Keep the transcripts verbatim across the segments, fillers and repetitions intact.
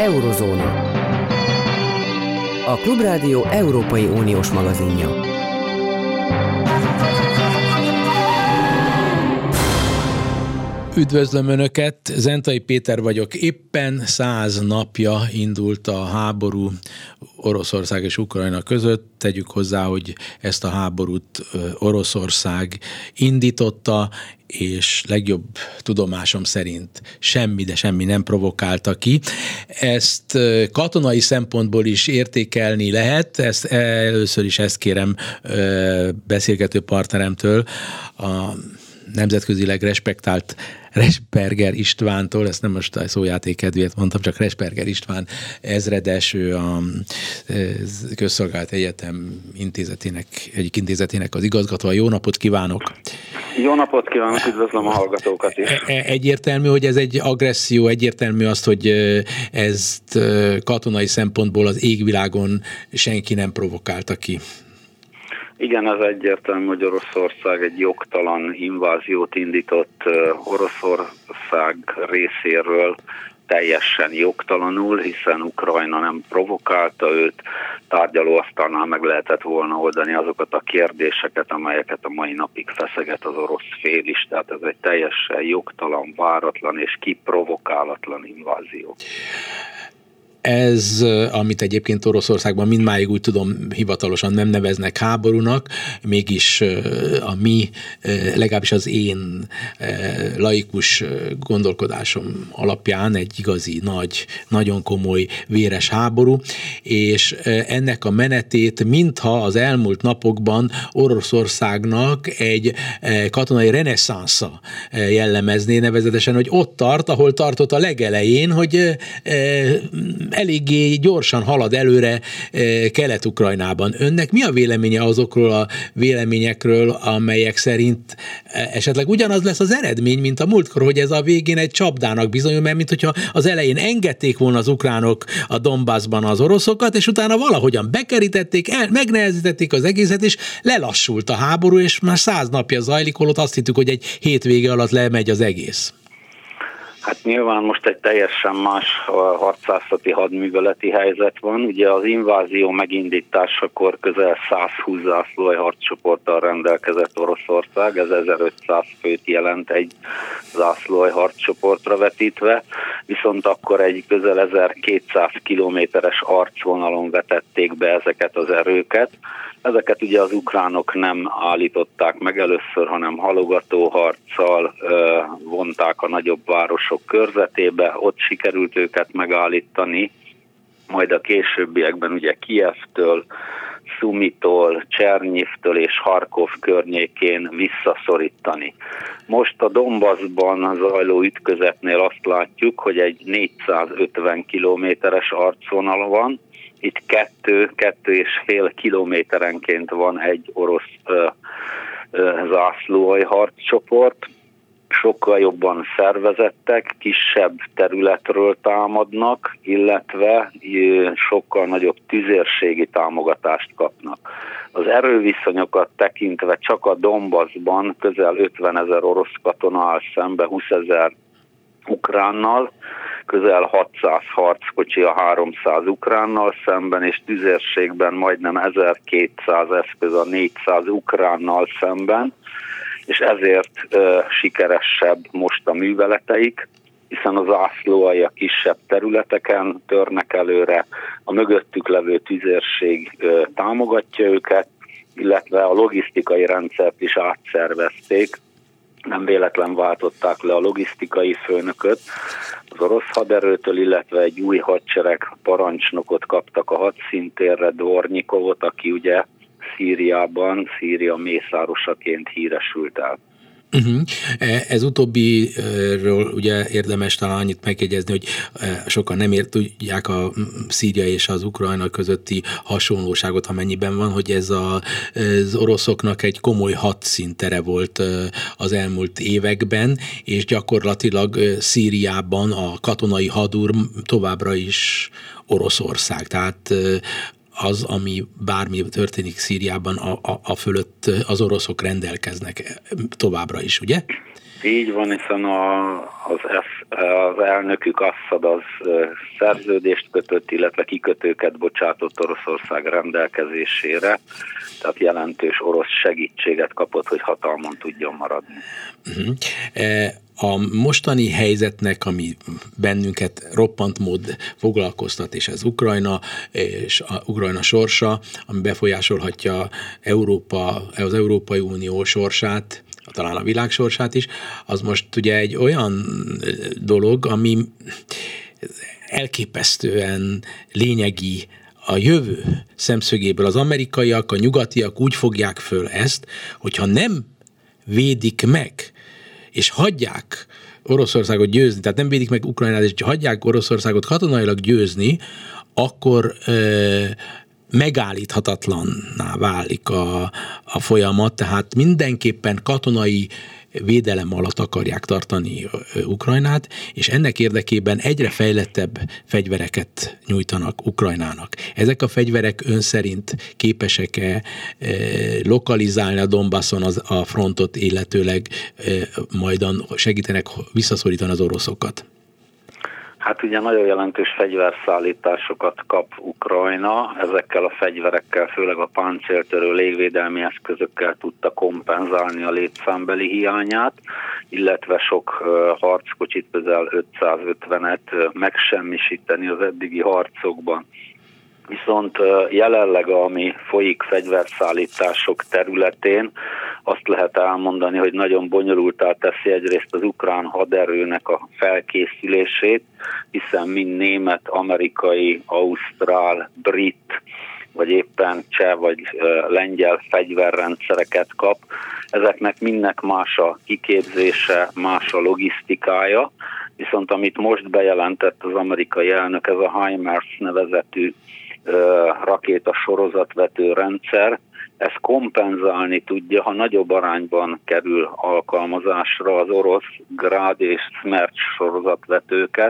Eurozóna. A Klubrádió Európai Uniós magazinja. Üdvözlöm Önöket, Zentai Péter vagyok. Éppen száz napja indult a háború Oroszország és Ukrajna között. Tegyük hozzá, hogy ezt a háborút Oroszország indította, és legjobb tudomásom szerint semmi, de semmi nem provokálta ki. Ezt katonai szempontból is értékelni lehet. Ezt, először is ezt kérem beszélgető partneremtől, a nemzetközileg respektált Resperger Istvántól, ezt nem most a szójáték kedvéért mondtam, csak Resperger István ezredes, ő a Közszolgálati Egyetem intézetének, egyik intézetének az igazgatója. Jó napot kívánok! Jó napot kívánok, üdvözlöm a hallgatókat is! Egyértelmű, hogy ez egy agresszió, egyértelmű azt, hogy ezt katonai szempontból az égvilágon senki nem provokálta ki. Igen, ez egyértelmű, hogy Oroszország egy jogtalan inváziót indított Oroszország részéről teljesen jogtalanul, hiszen Ukrajna nem provokálta őt, tárgyalóasztalnál meg lehetett volna oldani azokat a kérdéseket, amelyeket a mai napig feszeget az orosz fél is, tehát ez egy teljesen jogtalan, váratlan és kiprovokálatlan invázió. Ez, amit egyébként Oroszországban mindmáig úgy tudom hivatalosan nem neveznek háborúnak, mégis a mi, legalábbis az én laikus gondolkodásom alapján egy igazi, nagy, nagyon komoly, véres háború, és ennek a menetét mintha az elmúlt napokban Oroszországnak egy katonai reneszánsza jellemezné, nevezetesen, hogy ott tart, ahol tartott a legelején, hogy eléggé gyorsan halad előre Kelet-Ukrajnában. Önnek mi a véleménye azokról a véleményekről, amelyek szerint esetleg ugyanaz lesz az eredmény, mint a múltkor, hogy ez a végén egy csapdának bizonyul, mert mint hogyha az elején engedték volna az ukránok a Donbassban az oroszokat, és utána valahogyan bekerítették, el, megnehezítették az egészet, és lelassult a háború, és már száz napja zajlik, holott azt hittük, hogy egy hétvége alatt lemegy az egész. Hát nyilván most egy teljesen más harcászati hadműveleti helyzet van. Ugye az invázió megindításakor közel százhúsz zászlóalj harccsoporttal rendelkezett Oroszország, ez ezerötszáz főt jelent egy zászlóalj harccsoportra vetítve, viszont akkor egy közel ezerkétszáz kilométeres arcvonalon vetették be ezeket az erőket. Ezeket ugye az ukránok nem állították meg először, hanem halogató harccal ö, vonták a nagyobb városok körzetébe, ott sikerült őket megállítani, majd a későbbiekben ugye Kijevtől, Szumitól, Csernyivtől és Harkov környékén visszaszorítani. Most a Donbassban zajló ütközetnél azt látjuk, hogy egy négyszázötven kilométeres arcvonal van, itt kettő, kettő és fél kilométerenként van egy orosz ö, ö, zászlóalj harccsoport, sokkal jobban szervezettek, kisebb területről támadnak, illetve ö, sokkal nagyobb tüzérségi támogatást kapnak. Az erőviszonyokat tekintve csak a Donbassban közel ötvenezer orosz katona áll szembe húszezer ukránnal, közel hatszáz harckocsi a háromszáz ukránnal szemben, és tüzérségben majdnem ezerkétszáz eszköz a négyszáz ukránnal szemben, és ezért ö, sikeresebb most a műveleteik, hiszen az zászlóalj a kisebb területeken törnek előre, a mögöttük levő tüzérség ö, támogatja őket, illetve a logisztikai rendszert is átszervezték, nem véletlen váltották le a logisztikai főnököt az orosz haderőtől, illetve egy új hadsereg parancsnokot kaptak a hadszíntérre, Dvornyikovot, aki ugye Szíriában, Szíria mészárosaként híresült el. Uh-huh. Ez utóbbiről ugye érdemes talán annyit megjegyezni, hogy sokan nem ért tudják a Szíria és az Ukrajna közötti hasonlóságot, amennyiben van, hogy ez a, az oroszoknak egy komoly hadszíntere volt az elmúlt években, és gyakorlatilag Szíriában a katonai hadúr továbbra is Oroszország, tehát az, ami bármi történik Szíriában, a, a, a fölött az oroszok rendelkeznek továbbra is, ugye? Így van, hiszen a, az, az elnökük Assad az szerződést kötött, illetve kikötőket bocsátott Oroszország rendelkezésére, tehát jelentős orosz segítséget kapott, hogy hatalmon tudjon maradni. Uh-huh. A mostani helyzetnek, ami bennünket roppant mód foglalkoztat, és ez Ukrajna, és a Ukrajna sorsa, ami befolyásolhatja Európa, az Európai Unió sorsát, talán a világ sorsát is, az most ugye egy olyan dolog, ami elképesztően lényegi a jövő szemszögéből. Az amerikaiak, a nyugatiak úgy fogják föl ezt, hogyha nem védik meg, és hagyják Oroszországot győzni, tehát nem védik meg Ukrajnát, és hagyják Oroszországot katonailag győzni, akkor ö, megállíthatatlanná válik a, a folyamat, tehát mindenképpen katonai védelem alatt akarják tartani Ukrajnát, és ennek érdekében egyre fejlettebb fegyvereket nyújtanak Ukrajnának. Ezek a fegyverek ön szerint képesek-e lokalizálni a Donbasson az, a frontot, illetőleg majdan segítenek visszaszorítani az oroszokat? Hát ugye nagyon jelentős fegyverszállításokat kap Ukrajna, ezekkel a fegyverekkel, főleg a páncéltörő légvédelmi eszközökkel tudta kompenzálni a létszámbeli hiányát, illetve sok harckocsit, közel ötszázötvenet megsemmisíteni az eddigi harcokban. Viszont jelenleg, ami folyik fegyverszállítások területén, azt lehet elmondani, hogy nagyon bonyolultá teszi egyrészt az ukrán haderőnek a felkészülését, hiszen mind német, amerikai, ausztrál, brit, vagy éppen cseh vagy lengyel fegyverrendszereket kap. Ezeknek mindnek más a kiképzése, más a logisztikája, viszont amit most bejelentett az amerikai elnök, ez a HIMARS nevezetű rakéta sorozatvető rendszer, ez kompenzálni tudja, ha nagyobb arányban kerül alkalmazásra az orosz Grad és Smerch sorozatvetőket,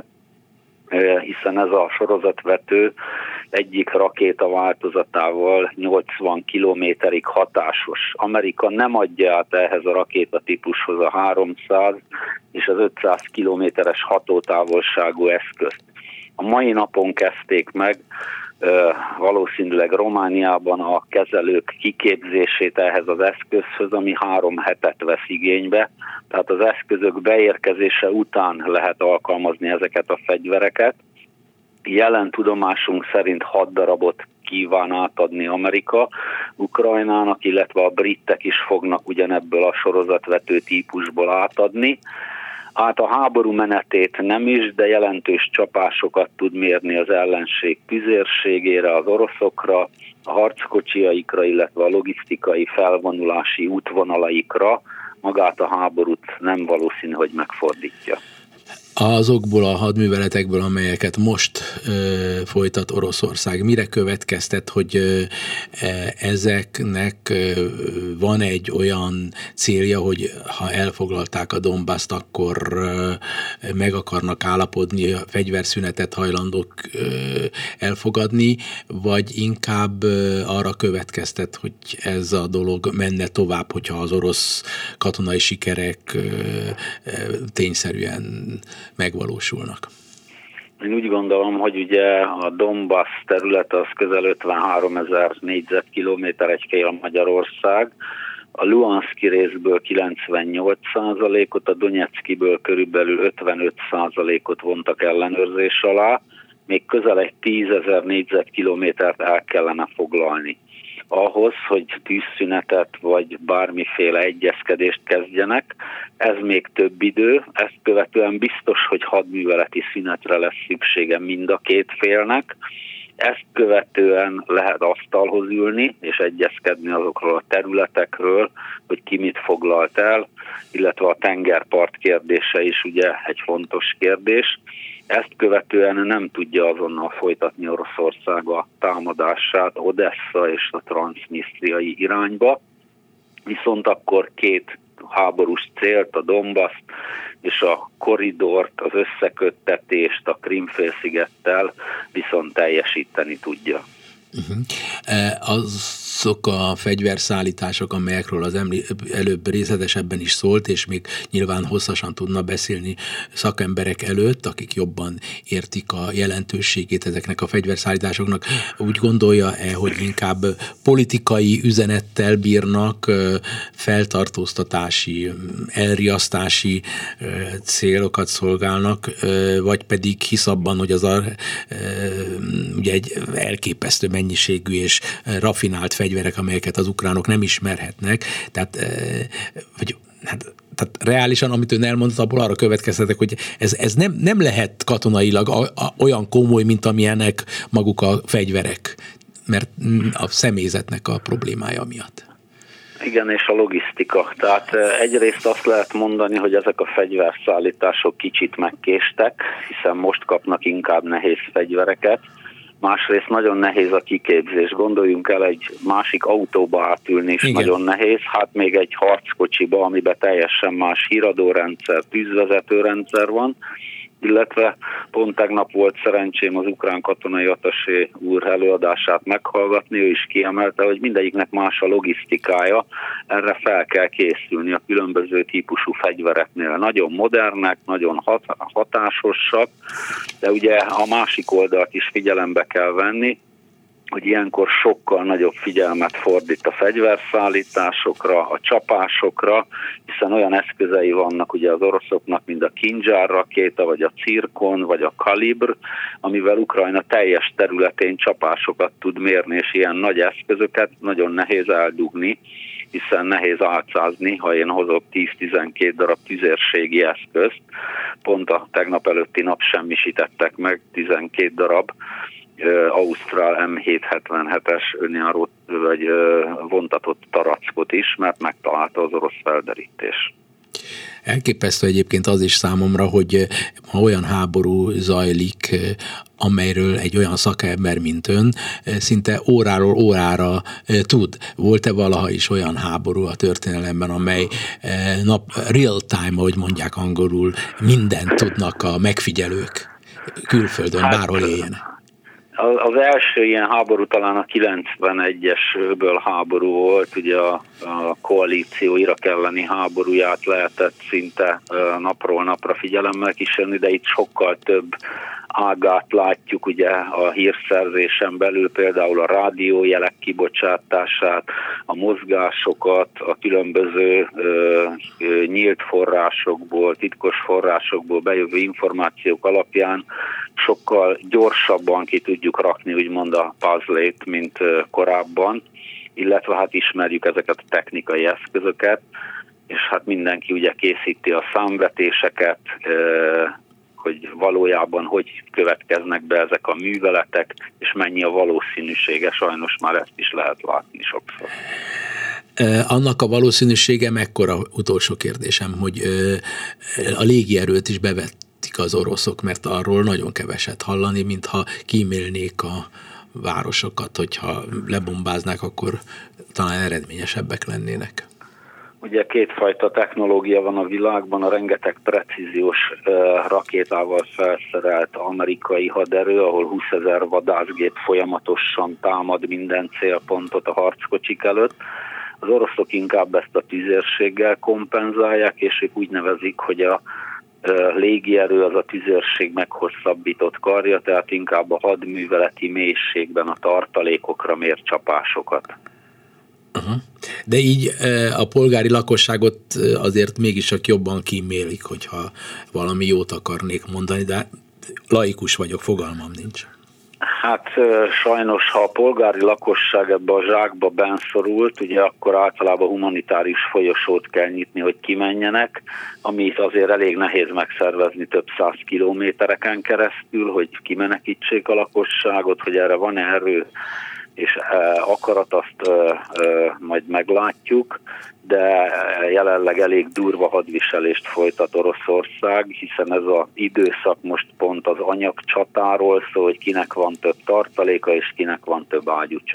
hiszen ez a sorozatvető egyik rakéta változatával nyolcvan kilométerig hatásos. Amerika nem adja át ehhez a rakétatípushoz a háromszáz és az ötszáz kilométeres hatótávolságú eszközt. A mai napon kezdték meg valószínűleg Romániában a kezelők kiképzését ehhez az eszközhöz, ami három hetet vesz igénybe. Tehát az eszközök beérkezése után lehet alkalmazni ezeket a fegyvereket. Jelen tudomásunk szerint hat darabot kíván átadni Amerika Ukrajnának, illetve a britek is fognak ugyanebből a sorozatvető típusból átadni. Hát a háború menetét nem is, de jelentős csapásokat tud mérni az ellenség tüzérségére, az oroszokra, a harckocsiaikra, illetve a logisztikai felvonulási útvonalaikra. Magát a háborút nem valószínű, hogy megfordítja. Azokból a hadműveletekből, amelyeket most ö, folytat Oroszország, mire következtet, hogy ö, ezeknek ö, van egy olyan célja, hogy ha elfoglalták a Donbaszt, akkor ö, meg akarnak állapodni, a fegyverszünetet hajlandók ö, elfogadni, vagy inkább ö, arra következtet, hogy ez a dolog menne tovább, hogyha az orosz katonai sikerek ö, ö, tényszerűen megvalósulnak? Én úgy gondolom, hogy ugye a Donbass terület az közel ötvenháromezer négyzetkilométer, egy fél Magyarország, a Luhanszki részből kilencvennyolc százalékot, a Donyeckiből körülbelül ötvenöt százalékot vontak ellenőrzés alá, még közel egy tízezer négyzetkilométert el kellene foglalni. Ahhoz, hogy tűzszünetet vagy bármiféle egyezkedést kezdjenek, ez még több idő, ezt követően biztos, hogy hadműveleti szünetre lesz szüksége mind a két félnek, ezt követően lehet asztalhoz ülni és egyezkedni azokról a területekről, hogy ki mit foglalt el, illetve a tengerpart kérdése is ugye egy fontos kérdés. Ezt követően nem tudja azonnal folytatni Oroszország a támadását Odessa és a transznisztriai irányba, viszont akkor két háborús célt, a Donbaszt és a korridort, az összeköttetést a Krím-félszigettel viszont teljesíteni tudja. Uh-huh. Az azok a fegyverszállítások, amelyekről az előbb részletesebben is szólt, és még nyilván hosszasan tudna beszélni szakemberek előtt, akik jobban értik a jelentőségét ezeknek a fegyverszállításoknak, úgy gondolja-e, hogy inkább politikai üzenettel bírnak, feltartóztatási, elriasztási célokat szolgálnak, vagy pedig hisz abban, hogy az a, ugye egy elképesztő mennyiségű és rafinált fegyverek, amelyeket az ukránok nem ismerhetnek, tehát, vagy, hát, tehát reálisan, amit ön elmondott, abból arra következtetek, hogy ez, ez nem, nem lehet katonailag a, a, olyan komoly, mint amilyenek maguk a fegyverek, mert a személyzetnek a problémája miatt. Igen, és a logisztika. Tehát egyrészt azt lehet mondani, hogy ezek a fegyverszállítások kicsit megkéstek, hiszen most kapnak inkább nehéz fegyvereket. Másrészt nagyon nehéz a kiképzés. Gondoljunk el, egy másik autóba átülni is. Igen. Nagyon nehéz. Hát még egy harckocsiba, amiben teljesen más híradórendszer, tűzvezetőrendszer van, illetve pont tegnap volt szerencsém az ukrán katonai attasé úr előadását meghallgatni, ő is kiemelte, hogy mindegyiknek más a logisztikája, erre fel kell készülni a különböző típusú fegyvereknél. Nagyon modernek, nagyon hat- hatásosak, de ugye a másik oldalt is figyelembe kell venni, hogy ilyenkor sokkal nagyobb figyelmet fordít a fegyverszállításokra, a csapásokra, hiszen olyan eszközei vannak ugye az oroszoknak, mint a Kindzsár rakéta, vagy a Cirkon, vagy a Kalibr, amivel Ukrajna teljes területén csapásokat tud mérni, és ilyen nagy eszközöket nagyon nehéz eldugni, hiszen nehéz álcázni, ha én hozok tíz-tizenkét darab tüzérségi eszközt, pont a tegnap előtti nap semmisítettek meg tizenkét darab ausztrál em hétszázhetvenhetes önjáró vagy vontatott tarackot is, mert megtalálta az orosz felderítés. Elképesztő egyébként az is számomra, hogy ha olyan háború zajlik, amelyről egy olyan szakember, mint ön, szinte óráról órára tud. Volt-e valaha is olyan háború a történelemben, amely nap real time, ahogy mondják angolul, mindent tudnak a megfigyelők külföldön, hát, bárhol éljenek? Az első ilyen háború talán a kilencvenegyes öböl háború volt, ugye a, a koalíció Irak elleni háborúját lehetett szinte napról napra figyelemmel kísérni, de itt sokkal több ágát látjuk ugye a hírszerzésen belül, például a rádiójelek kibocsátását, a mozgásokat, a különböző ö, ö, nyílt forrásokból, titkos forrásokból bejövő információk alapján sokkal gyorsabban ki tudjuk rakni úgymond a puzzle-t, mint korábban, illetve hát ismerjük ezeket a technikai eszközöket, és hát mindenki ugye készíti a számvetéseket, hogy valójában hogy következnek be ezek a műveletek, és mennyi a valószínűsége, sajnos már ezt is lehet látni sokszor. Annak a valószínűsége mekkora, utolsó kérdésem, hogy a légierőt is bevették az oroszok, mert arról nagyon keveset hallani, mintha kímélnék a városokat, hogyha lebombáznák, akkor talán eredményesebbek lennének. Ugye kétfajta technológia van a világban, a rengeteg precíziós uh, rakétával felszerelt amerikai haderő, ahol húszezer vadászgép folyamatosan támad minden célpontot a harckocsik előtt. Az oroszok inkább ezt a tüzérséggel kompenzálják, és ők úgy nevezik, hogy a uh, légierő az a tüzérség meghosszabbított karja, tehát inkább a hadműveleti mélységben a tartalékokra mér csapásokat. Aha. De így a polgári lakosságot azért mégis csak jobban kímélik, hogyha valami jót akarnék mondani, de laikus vagyok, fogalmam nincs. Hát sajnos, ha a polgári lakosság ebbe a zsákba benszorult, ugye akkor általában humanitárius folyosót kell nyitni, hogy kimenjenek, amit azért elég nehéz megszervezni több száz kilométereken keresztül, hogy kimenekítsék a lakosságot, hogy erre van erő és akarat, azt majd meglátjuk, de jelenleg elég durva hadviselést folytat Oroszország, hiszen ez az időszak most pont az anyagcsatáról szól, hogy kinek van több tartaléka, és kinek van több ágyúcsöve.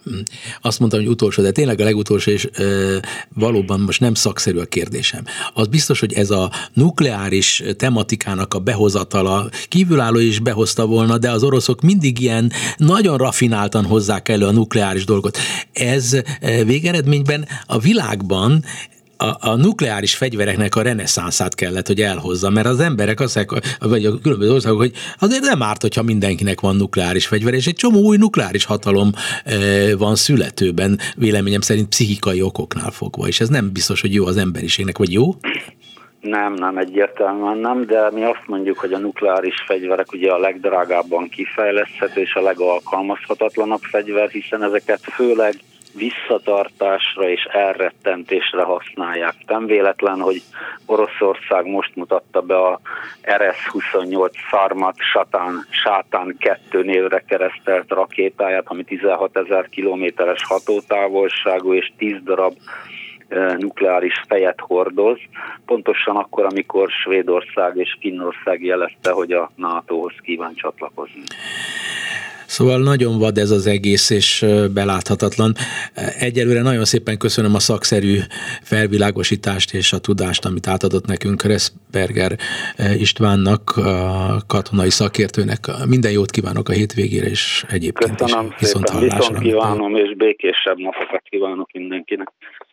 Azt mondtam, hogy utolsó, de tényleg a legutolsó, és e, valóban most nem szakszerű a kérdésem. Az biztos, hogy ez a nukleáris tematikának a behozatala kívülálló is behozta volna, de az oroszok mindig ilyen nagyon rafináltan hozzák elő a nukleáris dolgot. Ez végeredményben a világban A, a nukleáris fegyvereknek a reneszánszát kellett, hogy elhozza, mert az emberek azt mondják, vagy a különböző országok, hogy azért nem árt, hogyha mindenkinek van nukleáris fegyver, és egy csomó új nukleáris hatalom e, van születőben, véleményem szerint pszichikai okoknál fogva, és ez nem biztos, hogy jó az emberiségnek, vagy jó? Nem, nem egyértelműen nem, de mi azt mondjuk, hogy a nukleáris fegyverek ugye a legdrágábban kifejleszthető és a legalkalmazhatatlanabb fegyver, hiszen ezeket főleg visszatartásra és elrettentésre használják. Nem véletlen, hogy Oroszország most mutatta be a er es huszonnyolc Sarmat Satán, Sátán kettő névre keresztelt rakétáját, ami tizenhatezer kilométeres hatótávolságú és tíz darab nukleáris fejet hordoz, pontosan akkor, amikor Svédország és Finnország jelezte, hogy a nátóhoz kíván csatlakozni. Szóval nagyon vad ez az egész, és beláthatatlan. Egyelőre nagyon szépen köszönöm a szakszerű felvilágosítást és a tudást, amit átadott nekünk Reszberger Istvánnak, a katonai szakértőnek. Minden jót kívánok a hétvégére, és egyébként köszönöm is. Viszont szépen, viszont kívánom, és békésebb napokat kívánok mindenkinek.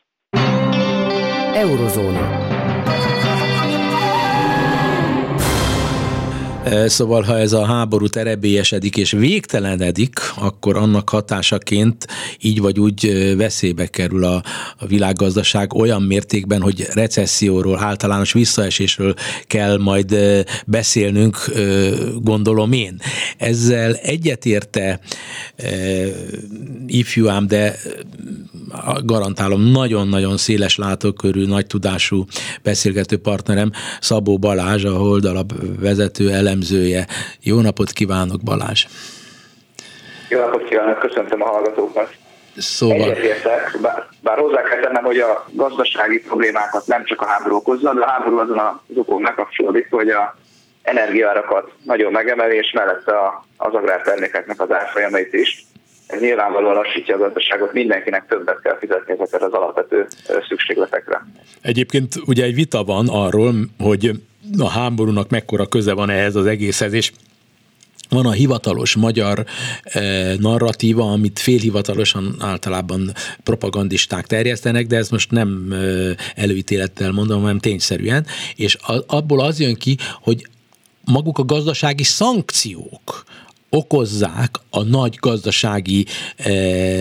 Eurozóna. Szóval, ha ez a háború terebélyesedik és végtelenedik, akkor annak hatásaként így vagy úgy veszélybe kerül a, a világgazdaság olyan mértékben, hogy recesszióról, általános visszaesésről kell majd beszélnünk, gondolom én. Ezzel egyetérte ifjúám, de garantálom nagyon-nagyon széles látókörű, nagy tudású beszélgető partnerem, Szabó Balázs, a Hold Alap vezető elemzője. Jó napot kívánok, Balázs! Jó napot kívánok, köszöntöm a hallgatókat! Szóval... Egyetértek, bár, bár hozzá kell tennem, hogy a gazdasági problémákat nem csak a háború okozza, de a háború azon az okon megkapcsolódik, hogy a energiaárakat nagyon megemeli, és mellette a, az agrártermékeknek az árfolyamait is. Ez nyilvánvalóan lassítja a gazdaságot, mindenkinek többet kell fizetni ezeket az alapvető szükségletekre. Egyébként ugye egy vita van arról, hogy a háborúnak mekkora köze van ehhez az egészhez, és van a hivatalos magyar eh, narratíva, amit félhivatalosan általában propagandisták terjesztenek, de ezt most nem eh, előítélettel mondom, hanem tényszerűen, és a, abból az jön ki, hogy maguk a gazdasági szankciók okozzák a nagy gazdasági e,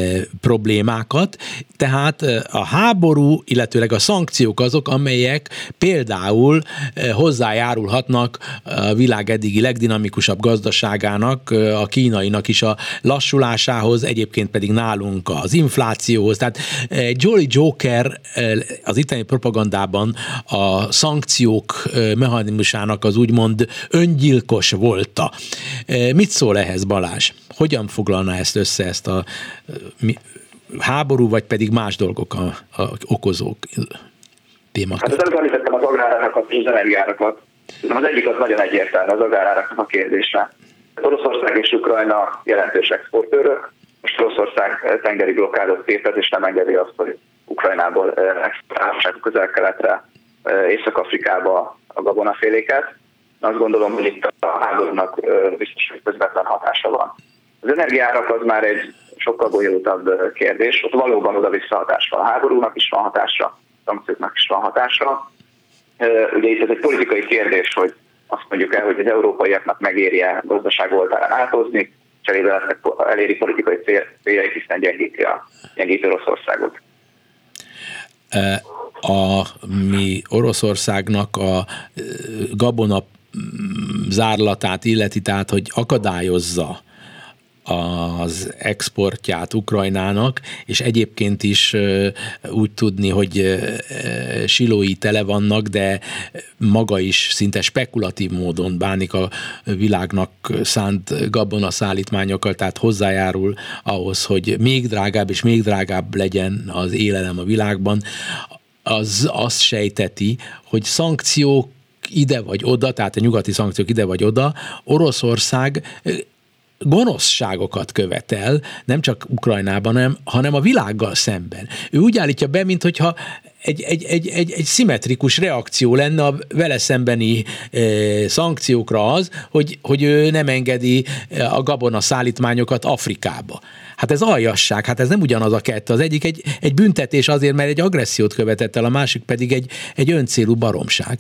problémákat, tehát a háború, illetőleg a szankciók azok, amelyek például e, hozzájárulhatnak a világ eddigi legdinamikusabb gazdaságának, a kínainak is a lassulásához, egyébként pedig nálunk az inflációhoz. Tehát e, Jolly Joker e, az itteni propagandában a szankciók e, mechanizmusának az úgymond öngyilkos volta. E, mit szól ehhez, Balázs? Hogyan foglalná ezt össze, ezt a mi, háború, vagy pedig más dolgok a, a okozók témakört? Hát az előbb említettem az agrárárakat és az energiárakat. Az egyik az nagyon egyértelmű, az agráráraknak a kérdése. Oroszország és Ukrajna jelentős exportőrök. Most Oroszország tengeri blokkádot képez, és nem engedi azt, hogy Ukrajnából exportálhassák a Közel-Keletre, Észak-Afrikába a gabonaféléket. Azt gondolom, hogy itt a háborúnak biztos, hogy közvetlen hatása van. Az energiárak az már egy sokkal bonyolultabb kérdés, ott valóban oda-vissza hatás van. A háborúnak is van hatása, a szankcióknak is van hatása. Ugye itt ez egy politikai kérdés, hogy azt mondjuk el, hogy az európaiaknak megéri-e gazdaság oltárán átozni, cserébe eléri politikai céljait, hiszen gyengíti, a, gyengíti Oroszországot. A mi Oroszországnak a gabona zárlatát illeti, tehát hogy akadályozza az exportját Ukrajnának, és egyébként is úgy tudni, hogy silói tele vannak, de maga is szinte spekulatív módon bánik a világnak szánt gabonaszállítmányokkal, tehát hozzájárul ahhoz, hogy még drágább és még drágább legyen az élelem a világban, az azt sejteti, hogy szankciók ide vagy oda, tehát a nyugati szankciók ide vagy oda, Oroszország gonoszságokat követel, nem csak Ukrajnában, hanem, hanem a világgal szemben. Ő úgy állítja be, minthogyha egy, egy, egy, egy, egy szimmetrikus reakció lenne a vele szembeni e, szankciókra az, hogy, hogy ő nem engedi a gabona szállítmányokat Afrikába. Hát ez aljasság, hát ez nem ugyanaz a kettő. Az egyik egy, egy büntetés azért, mert egy agressziót követett el, a másik pedig egy, egy öncélú baromság.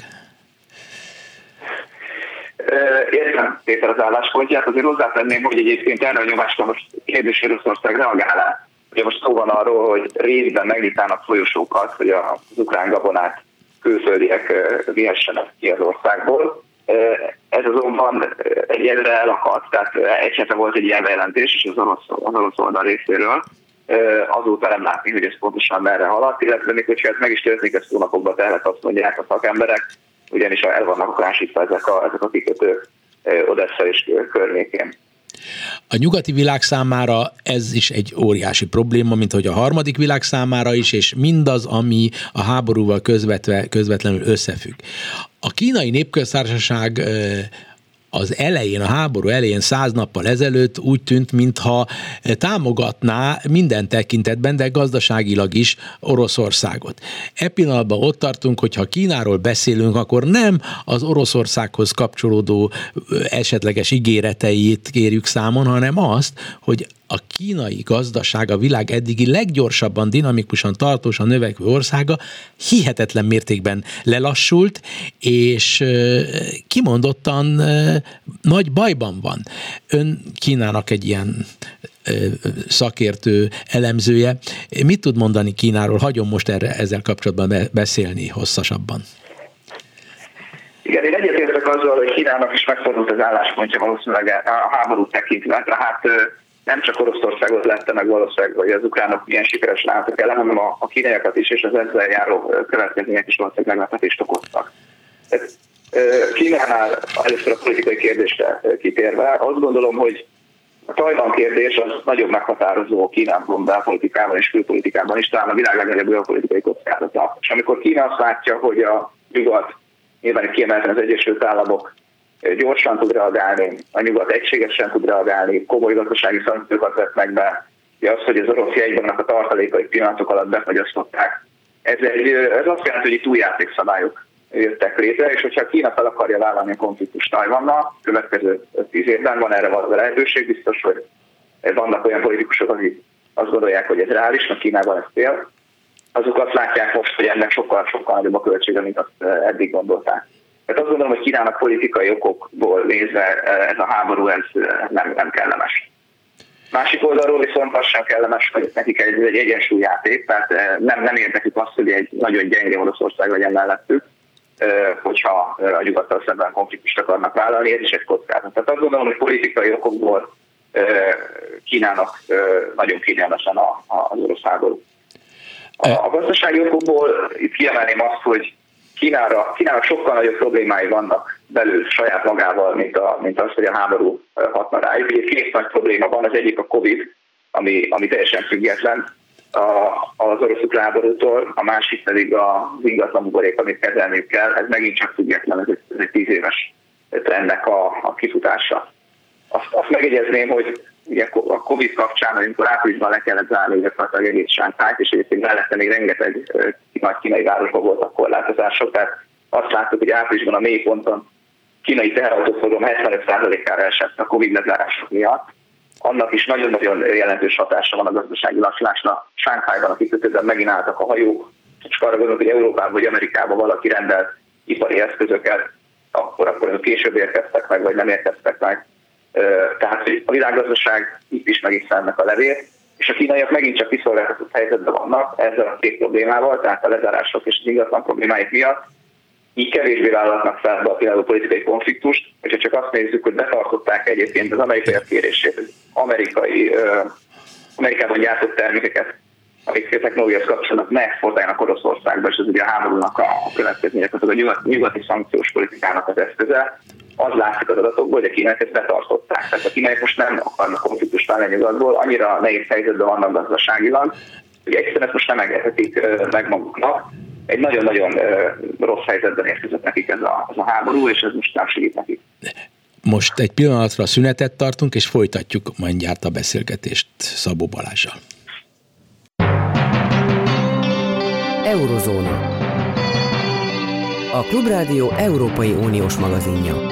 Értem Péter az álláspontját, azért hozzátenném, hogy egyébként erre a nyomásra most kérdés Oroszország reagál. Ugye most szó van arról, hogy részben megnyitának folyosókat, hogy az ukrán gabonát külföldiek vihessenek ki az országból. Ez azonban egyelőre elakadt, tehát egyszerre volt egy ilyen bejelentés is az orosz, az orosz oldal részéről. Azóta nem látni, hogy ez pontosan merre haladt, illetve még hogyha ez meg is történik, ezt hónapokban tehet, azt mondják a szakemberek, ugyanis el vannak rásítva ezek a, ezek a kikötők Odessa és környékén. A nyugati világ számára ez is egy óriási probléma, mint hogy a harmadik világ számára is, és mindaz, ami a háborúval közvetve, közvetlenül összefügg. A Kínai Népköztársaság az elején, a háború elején száz nappal ezelőtt úgy tűnt, mintha támogatná minden tekintetben, de gazdaságilag is Oroszországot. E pillanatban ott tartunk, hogyha Kínáról beszélünk, akkor nem az Oroszországhoz kapcsolódó esetleges ígéreteit kérjük számon, hanem azt, hogy a kínai gazdaság a világ eddigi leggyorsabban, dinamikusan, tartósan növekvő országa hihetetlen mértékben lelassult, és kimondottan nagy bajban van. Ön Kínának egy ilyen szakértő, elemzője. Mit tud mondani Kínáról? Hagyom most erre, ezzel kapcsolatban beszélni hosszasabban. Igen, én egyetértek azzal, hogy Kínának is megfordult az álláspontja valószínűleg a háborút tekintve, tehát nem csak Oroszországot lette meg valószínűleg, hogy az ukránok milyen sikeresen álltak el, hanem a, a kínaiakat is, és az ezzel járó következmények is valószínűleg meglepetést okoztak. Kínánál először a politikai kérdésre kitérve, azt gondolom, hogy a Tajvan kérdés az nagyon meghatározó Kínában belpolitikában és külpolitikában is, talán a világ legnagyobb geopolitikai kockázata. És amikor Kína azt látja, hogy a nyugat, nyilván itt kiemelten az Egyesült Államok gyorsan tud reagálni, a nyugat egységesen tud reagálni, komoly gazdasági szankciókat vetnek be, az, hogy az orosz jegybanknak a tartalékai pillanatok alatt befagyasztották. Ez, egy, ez azt jelenti, hogy itt új játékszabályok jöttek létre, és hogyha Kína fel akarja vállalni a konfliktus Tajvannal, következő tíz évben van erre valami lehetőség, biztos, hogy vannak olyan politikusok, akik azt gondolják, hogy ez reális, mert Kínában ez fél, azok azt látják most, hogy ennek sokkal-sokkal nagyobb a költsége, mint azt eddig gondolták. Tehát azt gondolom, hogy Kínának politikai okokból nézve ez a háború ez nem, nem kellemes. Másik oldalról viszont az sem kellemes, hogy nekik egy, egy egyensúlyjáték, tehát nem, nem érdekük azt, hogy egy nagyon gyenge Oroszország legyen mellettük, hogyha a nyugattal szemben konfliktust akarnak vállalni, ez is egy kockázat. Tehát azt gondolom, hogy politikai okokból Kínának nagyon kényelmesen az orosz háború. A, a gazdasági okokból itt kiemelném azt, hogy Kínára, Kínának sokkal nagyobb problémái vannak belül saját magával, mint, a, mint az, hogy a háború hatna rájuk. Ugye két nagy probléma van, az egyik a Covid, ami, ami teljesen független a, az orosz-ukrán háborútól, a másik pedig az ingatlan buborék, amit kezelniük kell. Ez megint csak független, ez egy, ez egy tíz éves trendnek a, a kifutása. Azt, azt megjegyezném, hogy ugye a Covid kapcsán, amikor áprilisban le kellett zárni gyakorlatilag egész Sánkhájt, és egyébként mellette még rengeteg nagy kínai városban voltak korlátozások, tehát azt láttuk, hogy áprilisban a mélyponton kínai teherautóforgalom hetvenöt százalékára esett a Covid lezárások miatt. Annak is nagyon-nagyon jelentős hatása van a gazdasági lassulásra. Sánkhájban a kikötőben megint álltak a hajók, és arra gondolok, hogy Európában vagy Amerikában valaki rendelt ipari eszközöket, akkor, akkor azok később érkeztek meg, vagy nem érkeztek meg. Tehát a világgazdaság itt is megismernek a levét, és a kínaiak megint csak kiszolgáltatott helyzetben vannak ezzel a két problémával, tehát a lezárások és az ingatlan problémáik miatt. Így kevésbé vállalhatnak fel be a például politikai konfliktust, hogyha csak azt nézzük, hogy betartották egyébként az amerikai kérését, hogy amerikai, uh, Amerikában gyártott termékeket, amik technológiához kapcsolatban ne exportáljanak Oroszországba, és ez ugye a háborúnak a következmények, az a nyugat, nyugati szankciós politikának az eszköze. Az látszik az adatokból, hogy a kínaiak ezt betartották. Tehát a kínaiak most nem akarnak konfliktust válni nyugatból, annyira nehéz helyzetben vannak gazdaságilag, hogy egyszerűen ezt most nem engedhetik meg maguknak. Egy nagyon-nagyon rossz helyzetben érkezett nekik ez a, ez a háború, és ez most nem segít nekik. Most egy pillanatra szünetet tartunk, és folytatjuk mindjárt a beszélgetést Szabó Balázssal. Eurozóna. A Klubrádió Európai Uniós magazinja.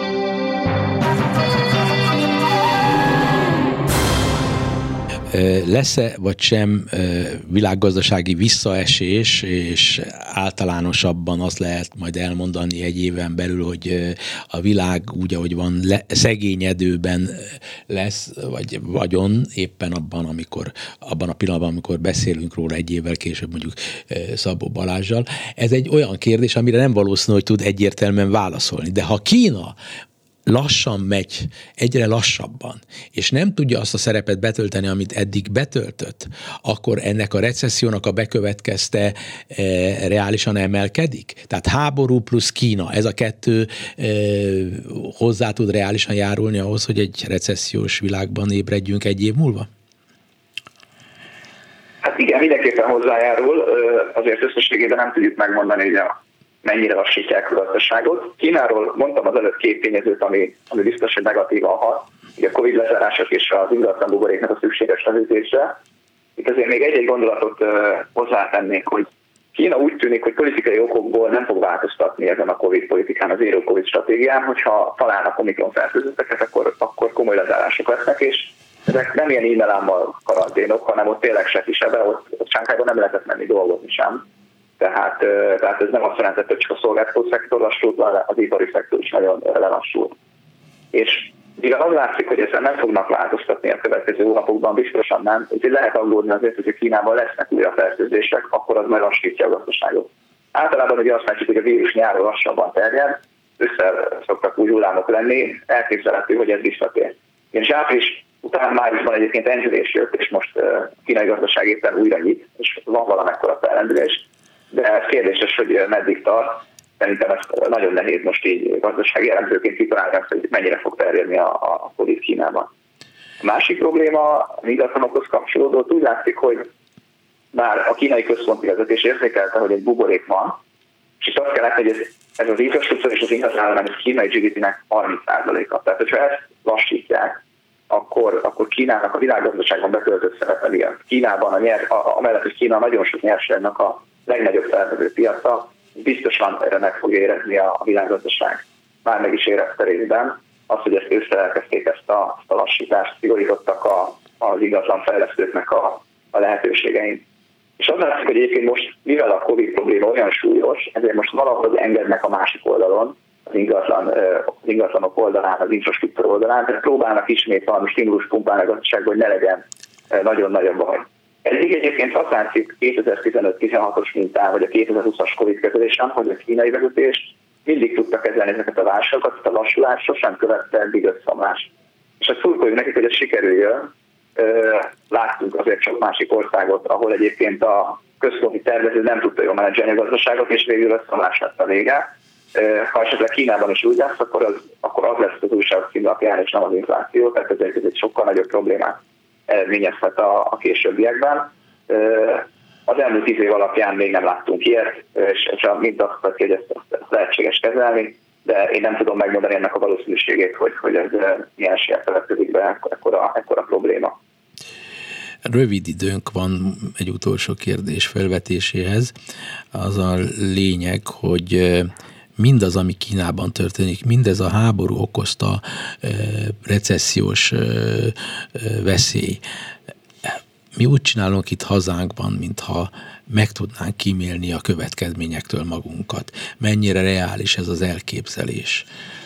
Lesz-e vagy sem világgazdasági visszaesés, és általánosabban azt lehet majd elmondani egy éven belül, hogy a világ úgy, ahogy van, le, szegényedőben lesz, vagy vagyon éppen abban, amikor, abban a pillanatban, amikor beszélünk róla egy évvel később, mondjuk Szabó Balázssal. Ez egy olyan kérdés, amire nem valószínű, hogy tud egyértelműen válaszolni. De ha Kína lassan megy, egyre lassabban, és nem tudja azt a szerepet betölteni, amit eddig betöltött, akkor ennek a recessziónak a bekövetkezte e, reálisan emelkedik? Tehát háború plusz Kína, ez a kettő e, hozzá tud reálisan járulni ahhoz, hogy egy recessziós világban ébredjünk egy év múlva? Hát igen, mindenképpen hozzájárul, azért összességében nem tudjuk megmondani, hogy a mennyire lassítják a gazdaságot. Kínáról mondtam az előtt két tényezőt, ami, ami biztos, hogy negatívan hat. Ugye a Covid lezárások és az ingatlan buboréknak a szükséges lehűtése. Itt azért még egy-egy gondolatot uh, hozzátennék, hogy Kína úgy tűnik, hogy politikai okokból nem fog változtatni ezen a Covid politikán, az zero Covid stratégián, hogyha találnak omikron fertőzötteket, akkor, akkor komoly lezárások lesznek, és ezek nem ilyen e-mailámmal karanténok, hanem ott tényleg se is ebben, ott, ott Sánkhájban nem lehetett menni dolgozni sem. Tehát, tehát ez nem azt jelentett, hogy csak a szolgáltató szektor lassult, az ipari szektor is nagyon lelassult. És mivel az látszik, hogy ezzel nem fognak változtatni a következő hónapokban, biztosan nem, úgyhogy lehet aggódni azért, hogy a Kínában lesznek újra fertőzések, akkor az meglassítja a gazdaságot. Általában ugye azt látjuk, hogy a vírus nyáron lassabban terjed, össze szoktak új hullámok lenni, elképzelhető, hogy ez visszatér. És április után májusban egyébként enyhülés jött, és most a kínai gazdaság éppen újra nyit, és van valamekkora fellendülés. De kérdéses, hogy meddig tart. Szerintem ez nagyon nehéz most így gazdasági elemzőként kitalálni, hogy mennyire fog terjedni a, a Covid Kínában. A másik probléma a ingatlanokhoz kapcsolódó, úgy látszik, hogy már a kínai központi vezetés érzékelte, hogy egy buborék van, és itt azt kell látni, hogy ez, ez az infrastruktúra és az ingatlanállomány a kínai gé dé pé-nek harminc százaléka. Tehát, hogyha ezt lassítják, akkor, akkor Kínának a világgazdaságban betöltött szerepe miatt. Kínában, a nyer, a, amellett, hogy Kína nagyon sok nyersanyagnak a legnagyobb felvevő piaca, biztosan erre meg fogja érezni a világgazdaság. Már meg is érezte részben az, hogy ezt összeelkezdték, ezt a, ezt a lassítást, szigorítottak a, az ingatlan fejlesztőknek a, a lehetőségein. És az látszik, hogy egyébként most, mivel a Covid probléma olyan súlyos, ezért most valahogy engednek a másik oldalon, az, ingatlan, az ingatlanok oldalán, az infrastruktúra oldalán, tehát próbálnak ismét valami stimulus pumpálni a gazdaságban, hogy ne legyen nagyon-nagyon baj. Eddig egyébként azt látszik kétezer-tizenöt-tizenhatos mintán, vagy a kétezer-húszas Covid kezelésen, hogy a kínai vezetés mindig tudta kezelni ezeket a válságokat, a lassulás sosem követte eddig összeomlást. És ezt szurkoljuk nekik, hogy ez sikerüljön. Láttunk azért csak másik országot, ahol egyébként a központi tervező nem tudta jól menedzselni a gazdaságot, és végül összeomlás lett a vége. Ha esetleg Kínában is úgy lesz, akkor az, akkor az lesz az újságok címlapján, és nem az infláció, tehát ez egy, ez egy sokkal nagyobb problémát eredményezhet a, a későbbiekben. Az elmúlt tíz év alapján még nem láttunk ilyet, és, és a mintakat, hogy ezt, ezt lehetséges kezelni, de én nem tudom megmondani ennek a valószínűségét, hogy, hogy ez milyen eséllyel következik be, ekkora, ekkora probléma. Rövid időnk van egy utolsó kérdés felvetéséhez. Az a lényeg, hogy mindaz, ami Kínában történik, mindez a háború okozta e, recessziós e, e, veszély. Mi úgy csinálunk itt hazánkban, mintha meg tudnánk kímélni a következményektől magunkat. Mennyire reális ez az elképzelés?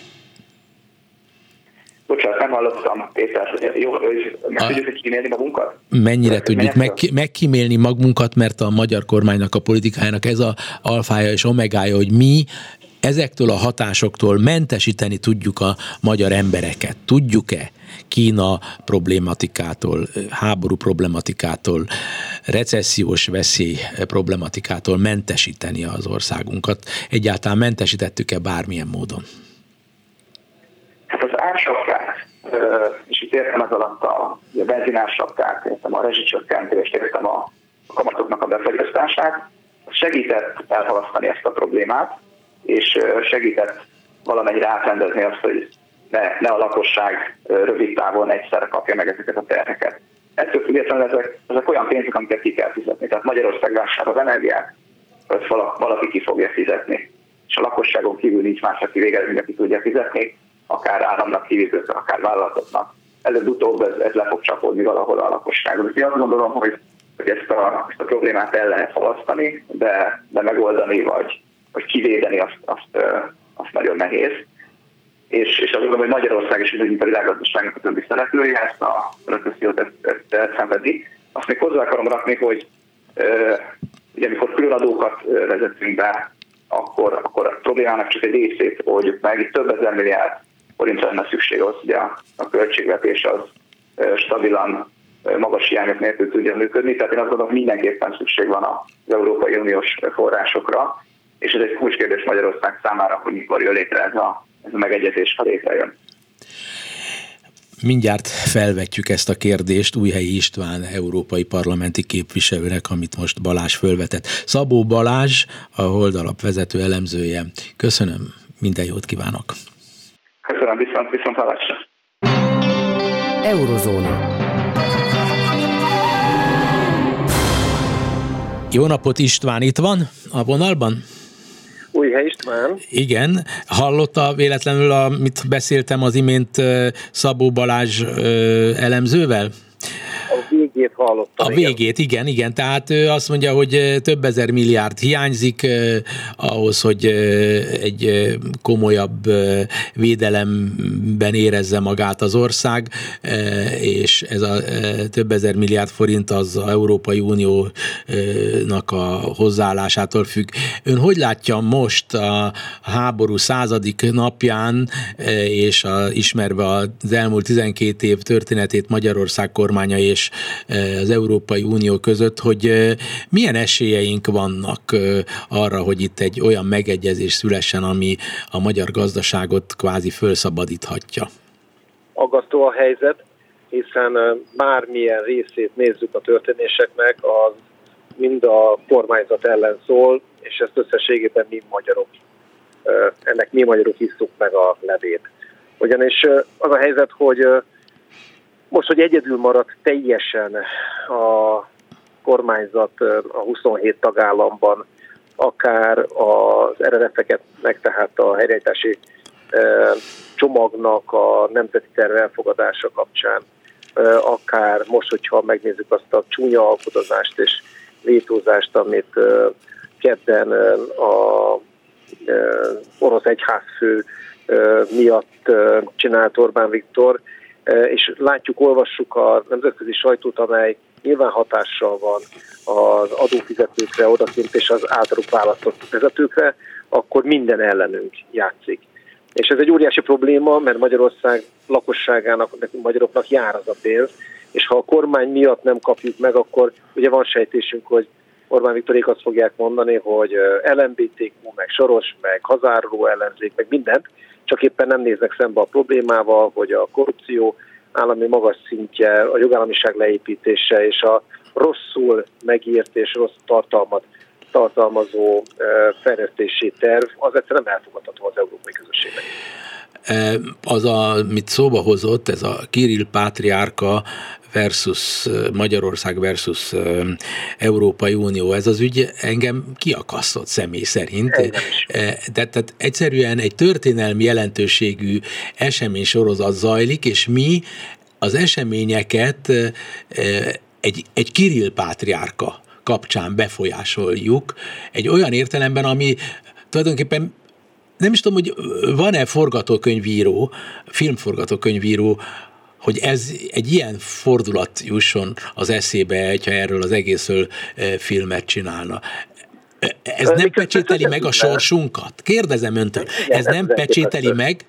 Bocsánat, nem hallottam, Péter, hogy jó, hogy meg tudjuk kímélni magunkat? Mennyire tudjuk meg, megkímélni magunkat, mert a magyar kormánynak, a politikájának ez a alfája és omegája, hogy mi ezektől a hatásoktól mentesíteni tudjuk a magyar embereket. Tudjuk-e Kína problématikától, háború problematikától, recessziós veszély problematikától mentesíteni az országunkat? Egyáltalán mentesítettük-e bármilyen módon? Hát az ársapkát, és itt értem az alatt a, a benzinársapkát, értem a rezsicsökkentést, értem a kamatoknak a befagyasztását, segített elhalasztani ezt a problémát, és segített valamennyire átrendezni azt, hogy ne, ne a lakosság rövid távon egyszerre kapja meg ezeket a terheket. Ettől függetlenül ezek, ezek olyan pénzek, amiket ki kell fizetni. Tehát Magyarország vásárol az energiát, azt valaki ki fogja fizetni. És a lakosságon kívül nincs más, aki végeredményben ki tudja fizetni, akár államnak, kívülből, akár vállalatoknak. Előbb-utóbb ez, ez le fog csapódni valahol a lakosságon. Úgyhogy azt gondolom, hogy, hogy ezt, a, ezt a problémát el lehet halasztani, de, de megoldani vagy, vagy kivédeni azt, azt, azt nagyon nehéz. És, és azt gondolom, hogy Magyarország is, mint a világgazdaságnak a többi szereplője, ezt a recessziót ezt, ezt elszenvedi. Azt még hozzá akarom rakni, hogy ugye amikor különadókat vezetünk be, akkor, akkor a problémának csak egy részét oldjuk meg. Itt több ezer milliárd forintra lenne szükség az, hogy a, a költségvetés az stabilan, magas hiányok nélkül tudjon működni. Tehát én azt gondolom, mindenképpen szükség van az Európai Uniós forrásokra, és ez egy kulcskérdés Magyarország számára, hogy mikor jön létre ez a, ez a megegyezés, ha létrejön. Mindjárt felvetjük ezt a kérdést Újhelyi István európai parlamenti képviselőnek, amit most Balázs fölvetett. Szabó Balázs, a Hold Alap vezető elemzője. Köszönöm, minden jót kívánok! Köszönöm, viszont, viszont hallásra! Eurozóna. Jó napot, István itt van a vonalban? Újhely István. Igen, hallotta véletlenül, amit beszéltem az imént Szabó Balázs elemzővel? A végét hallottam. A végét, igen, igen. Tehát ő azt mondja, hogy több ezer milliárd hiányzik eh, ahhoz, hogy eh, egy eh, komolyabb eh, védelemben érezze magát az ország, eh, és ez a eh, több ezer milliárd forint az az Európai Uniónak a hozzáállásától függ. Ön hogy látja most a háború századik napján, eh, és a, ismerve az elmúlt tizenkét év történetét Magyarország kormánya és az Európai Unió között, hogy milyen esélyeink vannak arra, hogy itt egy olyan megegyezés szülessen, ami a magyar gazdaságot kvázi fölszabadíthatja? Aggasztó a helyzet, hiszen bármilyen részét nézzük a történéseknek, az mind a kormányzat ellen szól, és ezt összességében mi magyarok, ennek mi magyarok isszuk meg a levét. Ugyanis az a helyzet, hogy most, hogy egyedül maradt teljesen a kormányzat a huszonhét tagállamban, akár az er er ef-eket, meg tehát a helyreállítási csomagnak a nemzeti terv elfogadása kapcsán, akár most, hogyha megnézzük azt a csúnya alkudozást és vétózást, amit kedden a orosz egyházfő miatt csinált Orbán Viktor, és látjuk, olvassuk a nemzetközi sajtót, amely nyilván hatással van az adófizetőkre odakint és az általuk választott vezetőkre, akkor minden ellenünk játszik. És ez egy óriási probléma, mert Magyarország lakosságának, nekünk magyaroknak jár az a pénz, és ha a kormány miatt nem kapjuk meg, akkor ugye van sejtésünk, hogy Orbán Viktorék azt fogják mondani, hogy el em bé té kú, meg Soros, meg hazáruló ellenzék, meg mindent, csak éppen nem néznek szembe a problémával, hogy a korrupció állami magas szintje, a jogállamiság leépítése és a rosszul megírt és rossz tartalmat tartalmazó fejlesztési terv, az egyszerűen nem elfogadható az európai közösségnek. Az, amit szóba hozott, ez a Kirill pátriárka versus Magyarország versus Európai Unió, ez az ügy engem kiakasztott személy szerint. De tehát egyszerűen egy történelmi jelentőségű esemény sorozat zajlik, és mi az eseményeket egy, egy Kirill pátriárka kapcsán befolyásoljuk, egy olyan értelemben, ami tulajdonképpen nem is tudom, hogy van-e forgatókönyvíró, filmforgatókönyvíró, hogy ez egy ilyen fordulat jusson az eszébe, ha erről az egészről filmet csinálna. Ez nem pecsételi meg a sorsunkat? Kérdezem öntől, ez nem pecsételi meg?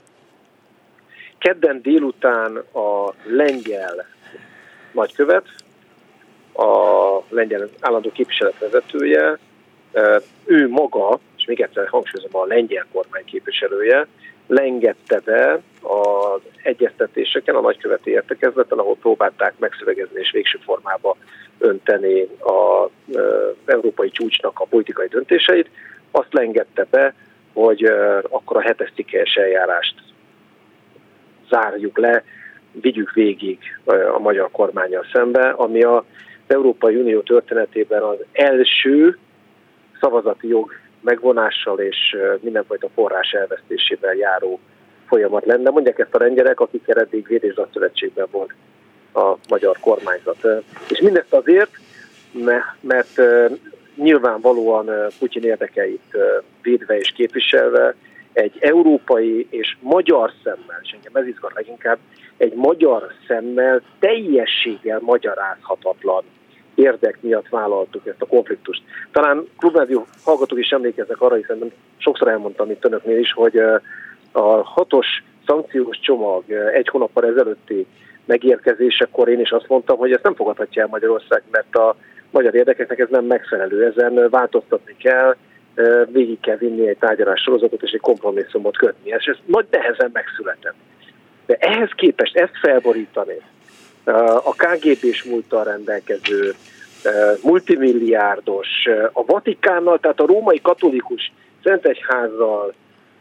Kedden délután a lengyel nagykövet, a lengyel állandó képviselet vezetője, ő maga, és még egyszer hangsúlyozom, a lengyel kormány képviselője, lengette be az egyeztetéseken, a nagyköveti értekezleten, ahol próbálták megszövegezni és végső formába önteni az európai csúcsnak a politikai döntéseit, azt lengette be, hogy akkor a hetes cikkelyes eljárást zárjuk le, vigyük végig a magyar kormánnyal szembe, ami az Európai Unió történetében az első szavazati jog megvonással és mindenfajta forrás elvesztésével járó folyamat lenne. Mondják ezt a lengyelek, akikkel eddig Védésdatszövetségben volt a magyar kormányzat. És mindezt azért, mert nyilvánvalóan Putyin érdekeit védve és képviselve egy európai és magyar szemmel, és engem ez izgat leginkább, egy magyar szemmel teljességgel magyarázhatatlan érdek miatt vállaltuk ezt a konfliktust. Talán Klubrádió hallgatók is emlékeznek arra, hiszen sokszor elmondtam itt önöknél is, hogy a hatos szankciós csomag egy hónappal ezelőtti megérkezésekor én is azt mondtam, hogy ezt nem fogadhatja el Magyarország, mert a magyar érdekeknek ez nem megfelelő. Ezen változtatni kell, végig kell vinni egy tárgyalás sorozatot és egy kompromisszumot kötni. És ez nagy nehezen megszületett. De ehhez képest ezt felborítani, a ká gé bés múlttal rendelkező, multimilliárdos, a Vatikánnal, tehát a római katolikus Szentegyházzal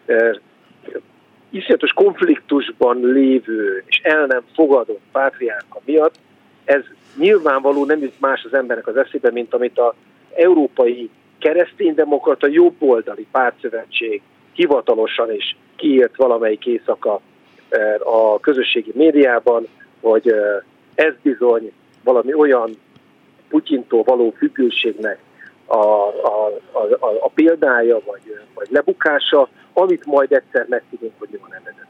iszonyatos konfliktusban lévő és el nem fogadott pátriárka miatt, ez nyilvánvaló nem jut más az embernek az eszébe, mint amit az Európai Kereszténydemokrata Jobboldali Pártszövetség hivatalosan is kiírt valamelyik éjszaka a közösségi médiában, hogy ez bizony valami olyan Putyintól való függőségnek a, a, a, a példája, vagy, vagy lebukása, amit majd egyszer megtudunk, hogy mi van ebben.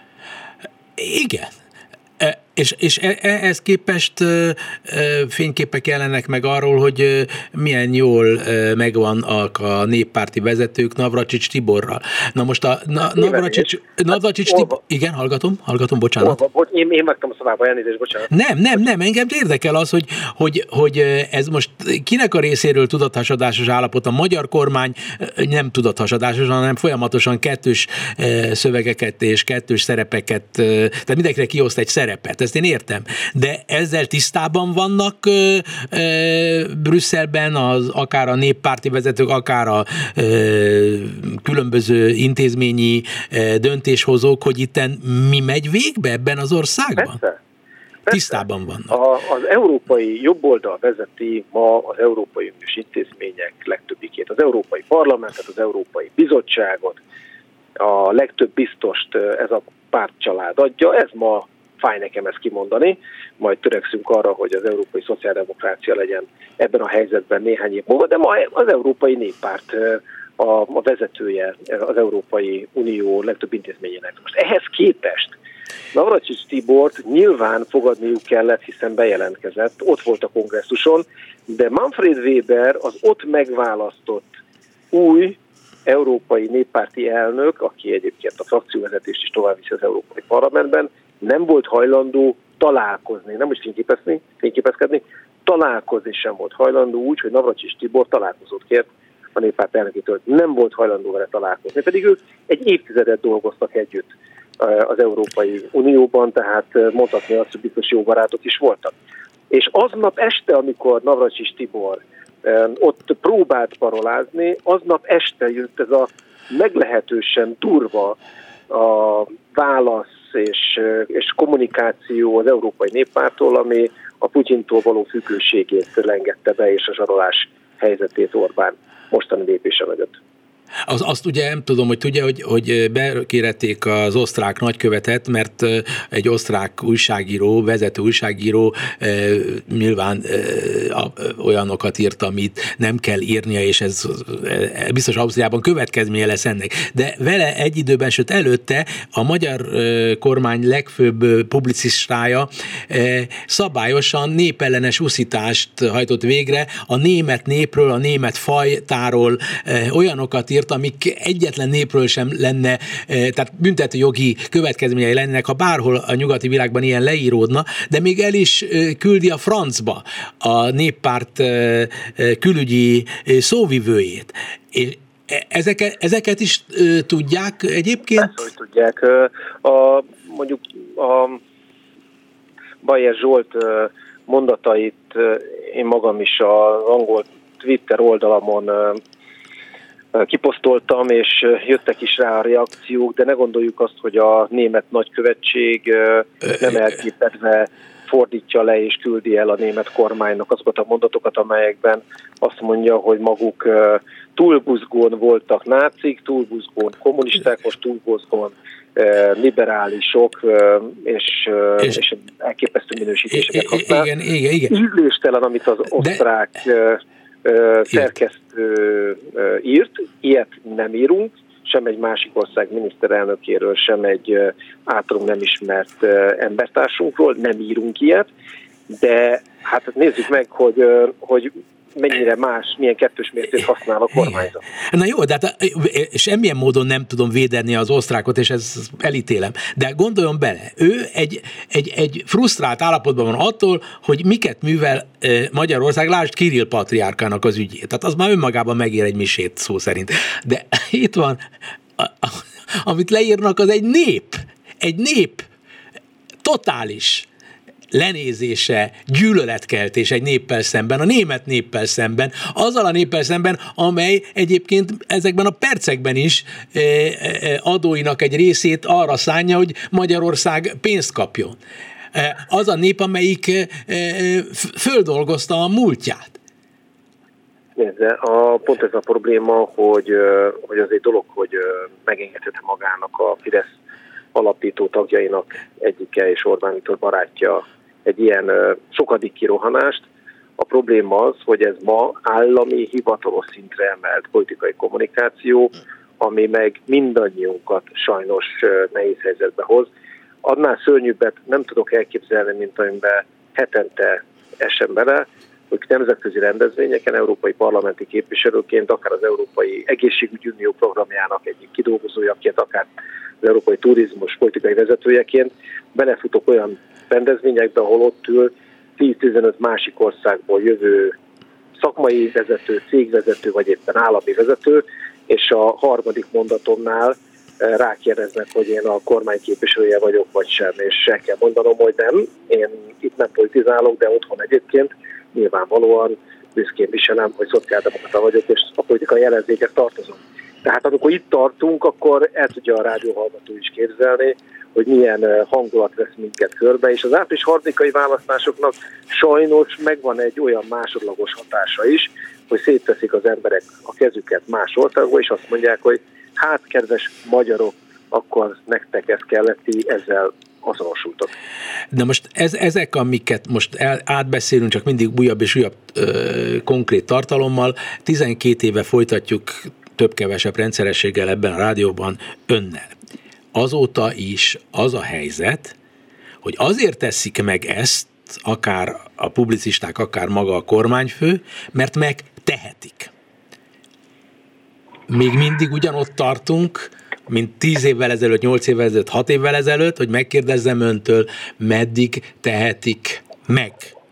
Igen. E, és, és ehhez képest e, fényképek jelennek meg arról, hogy milyen jól megvannak a néppárti vezetők Navracsics Tiborral. Na most a na, Navracsics, Navracsics Tibor... Igen, hallgatom, hallgatom, bocsánat. Olva, bocs, én, én megtam a szavába, elnézést, bocsánat. Nem, nem, nem, engem érdekel az, hogy, hogy, hogy ez most kinek a részéről tudathasadásos állapot. A magyar kormány nem tudathasadásos, hanem folyamatosan kettős szövegeket és kettős szerepeket, tehát mindenkire kioszt egy szerepet. Ezt én értem. De ezzel tisztában vannak ö, ö, Brüsszelben az, akár a néppárti vezetők, akár a ö, különböző intézményi ö, döntéshozók, hogy itten mi megy végbe ebben az országban? Persze. Tisztában vannak. A, az európai jobboldal vezeti ma az Európai Uniós intézmények legtöbbikét. Az Európai Parlamentet, az Európai Bizottságot, a legtöbb biztost ez a pártcsalád adja. Ez ma fáj nekem ezt kimondani, majd törekszünk arra, hogy az európai szociáldemokrácia legyen ebben a helyzetben néhány év múlva, de ma az Európai Néppárt a, a vezetője az Európai Unió legtöbb intézményének. Most ehhez képest Navracsics Tibort nyilván fogadniuk kellett, hiszen bejelentkezett, ott volt a kongresszuson, de Manfred Weber az ott megválasztott új európai néppárti elnök, aki egyébként a frakcióvezetést is továbbviszi az Európai Parlamentben, nem volt hajlandó találkozni, nem úgy fényképezni, fényképezkedni, találkozni sem volt hajlandó úgy, hogy Navracsics Tibor találkozót kért a néppárt elnökétől. Nem volt hajlandó vele találkozni, pedig ők egy évtizedet dolgoztak együtt az Európai Unióban, tehát mondhatni azt, hogy biztos jó barátok is voltak. És aznap este, amikor Navracsics Tibor ott próbált parolázni, aznap este jött ez a meglehetősen durva a válasz és, és kommunikáció az Európai Néppártól, ami a Putyintól való függőségét lengette be, és a zsarolás helyzetét Orbán mostani lépése mögött. Az, azt ugye nem tudom, hogy tudja, hogy, hogy bekérették az osztrák nagykövetet, mert egy osztrák újságíró, vezető újságíró eh, nyilván eh, olyanokat írt, amit nem kell írnia, és ez eh, biztos Ausztriában következménye lesz ennek. De vele egy időben, sőt előtte a magyar eh, kormány legfőbb publicistája eh, szabályosan népellenes uszítást hajtott végre a német népről, a német fajtáról eh, olyanokat írt, amik egyetlen népről sem lenne, tehát büntetőjogi következményei lennének, ha bárhol a nyugati világban ilyen leíródna, de még el is küldi a francba a néppárt külügyi szóvivőjét. És ezeket, ezeket is tudják egyébként? Persze, hogy tudják. A, mondjuk a Bayer Zsolt mondatait én magam is az angol Twitter oldalamon kiposztoltam, és jöttek is rá a reakciók, de ne gondoljuk azt, hogy a német nagykövetség nem elképedve fordítja le és küldi el a német kormánynak azokat a mondatokat, amelyekben azt mondja, hogy maguk túlbuzgón voltak nácik, túlbuzgón kommunisták, most túlbuzgón liberálisok, és, és, és elképesztő minősítéseket használ. Igen, igen, igen. Ízléstelen, amit az osztrák de... szerkesztő írt, ilyet nem írunk, sem egy másik ország miniszterelnökéről, sem egy általunk nem ismert embertársunkról, nem írunk ilyet, de hát nézzük meg, hogy, hogy mennyire más, milyen kettős mércét használ a kormányzat. Na jó, de hát semmilyen módon nem tudom védeni az osztrákot, és ezt elítélem. De gondoljon bele, ő egy, egy, egy frusztrált állapotban van attól, hogy miket művel Magyarország, lásd Kirill patriárkának az ügyét. Tehát az már önmagában megér egy misét szó szerint. De itt van, amit leírnak, az egy nép. Egy nép totális lenézése, gyűlöletkeltés egy néppel szemben, a német néppel szemben, azzal a néppel szemben, amely egyébként ezekben a percekben is adóinak egy részét arra szánja, hogy Magyarország pénzt kapjon. Az a nép, amelyik földolgozta a múltját. Nézze, a, pont ez a probléma, hogy, hogy az egy dolog, hogy megengedhette magának a Fidesz alapító tagjainak egyike és Orbán Viktor barátja egy ilyen sokadik kirohanást. A probléma az, hogy ez ma állami, hivatalos szintre emelt politikai kommunikáció, ami meg mindannyiunkat sajnos nehéz helyzetbe hoz. Annál szörnyűbbet nem tudok elképzelni, mint amiben hetente esem bele, hogy nemzetközi rendezvényeken, európai parlamenti képviselőként, akár az Európai Egészségügyi Unió programjának egyik kidolgozójaként, akár az európai turizmus politikai vezetőjeként belefutok olyan rendezvényekbe, ahol ott ül tíz-tizenöt másik országból jövő szakmai vezető, cégvezető, vagy éppen állami vezető, és a harmadik mondatomnál rákérdeznek, hogy én a kormány képviselője vagyok, vagy sem, és el kell mondanom, hogy nem, én itt nem politizálok, de otthon egyébként nyilvánvalóan büszkén viselem, hogy szociáldemokrata vagyok, és a politikai jelenzékhez tartozom. Tehát amikor itt tartunk, akkor el tudja a rádióhallgató is képzelni, hogy milyen hangulat vesz minket körbe, és az április harmadikai választásoknak sajnos megvan egy olyan másodlagos hatása is, hogy szétteszik az emberek a kezüket más országba, és azt mondják, hogy hát, kedves magyarok, akkor nektek ez kellett, ti ezzel azonosultak. De most ez, ezek, amiket most el, átbeszélünk, csak mindig újabb és újabb ö, konkrét tartalommal, tizenkét éve folytatjuk több-kevesebb rendszerességgel ebben a rádióban önnel. Azóta is az a helyzet, hogy azért teszik meg ezt, akár a publicisták, akár maga a kormányfő, mert megtehetik. Még mindig ugyanott tartunk, mint tíz évvel ezelőtt, nyolc évvel ezelőtt, hat évvel ezelőtt, hogy megkérdezzem öntől, meddig tehetik meg?